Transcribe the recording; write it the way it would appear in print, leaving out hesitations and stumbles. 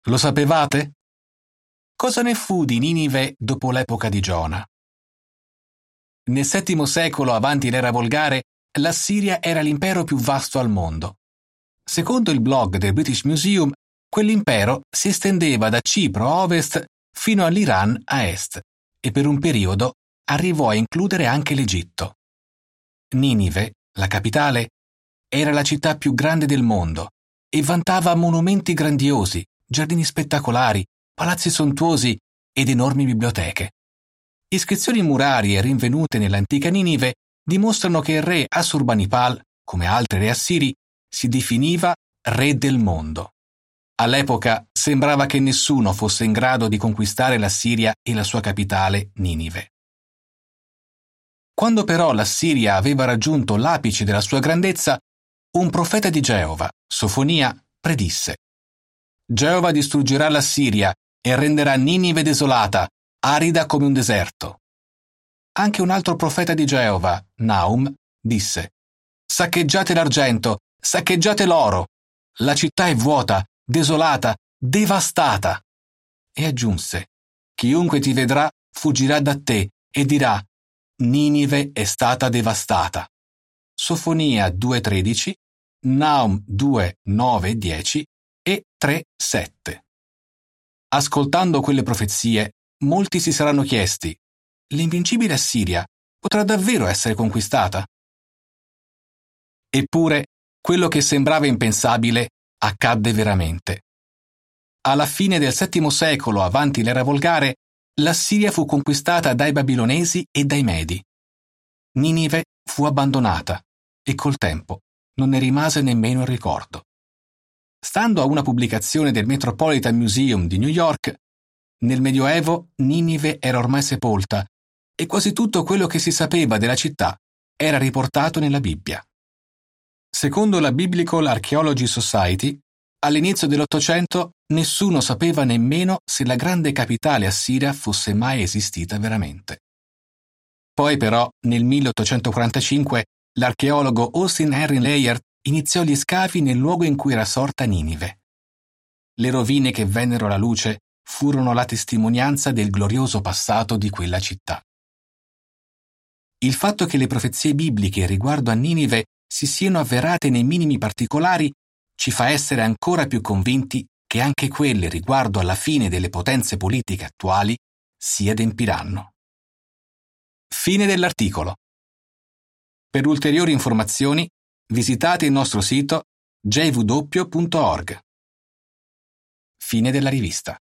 Lo sapevate? Cosa ne fu di Ninive dopo l'epoca di Giona? Nel VII secolo avanti l'era volgare, l'Assiria era l'impero più vasto al mondo. Secondo il blog del British Museum, quell'impero si estendeva da Cipro a ovest fino all'Iran a est e per un periodo arrivò a includere anche l'Egitto. Ninive, la capitale, era la città più grande del mondo e vantava monumenti grandiosi, giardini spettacolari, palazzi sontuosi ed enormi biblioteche. Iscrizioni murarie rinvenute nell'antica Ninive dimostrano che il re Assurbanipal, come altri re assiri, si definiva re del mondo. All'epoca sembrava che nessuno fosse in grado di conquistare l'Assiria e la sua capitale, Ninive. Quando però l'Assiria aveva raggiunto l'apice della sua grandezza, un profeta di Geova, Sofonia, predisse: Geova distruggerà l'Assiria e renderà Ninive desolata, arida come un deserto. Anche un altro profeta di Geova, Naum, disse: Saccheggiate l'argento, saccheggiate l'oro. La città è vuota, desolata, devastata. E aggiunse: Chiunque ti vedrà fuggirà da te e dirà: Ninive è stata devastata. Sofonia 2,13, Naum 2,9 e 10 e 3,7. Ascoltando quelle profezie, molti si saranno chiesti: l'invincibile Assiria potrà davvero essere conquistata? Eppure, quello che sembrava impensabile accadde veramente. Alla fine del VII secolo avanti l'era volgare, l'Assiria fu conquistata dai babilonesi e dai Medi. Ninive fu abbandonata e col tempo non ne rimase nemmeno il ricordo. Stando a una pubblicazione del Metropolitan Museum di New York, nel Medioevo Ninive era ormai sepolta e quasi tutto quello che si sapeva della città era riportato nella Bibbia. Secondo la Biblical Archaeology Society, all'inizio dell'Ottocento nessuno sapeva nemmeno se la grande capitale assiria fosse mai esistita veramente. Poi però, nel 1845, l'archeologo Austin Henry Layard iniziò gli scavi nel luogo in cui era sorta Ninive. Le rovine che vennero alla luce furono la testimonianza del glorioso passato di quella città. Il fatto che le profezie bibliche riguardo a Ninive si siano avverate nei minimi particolari ci fa essere ancora più convinti che anche quelle riguardo alla fine delle potenze politiche attuali si adempiranno. Fine dell'articolo. Per ulteriori informazioni visitate il nostro sito jw.org. Fine della rivista.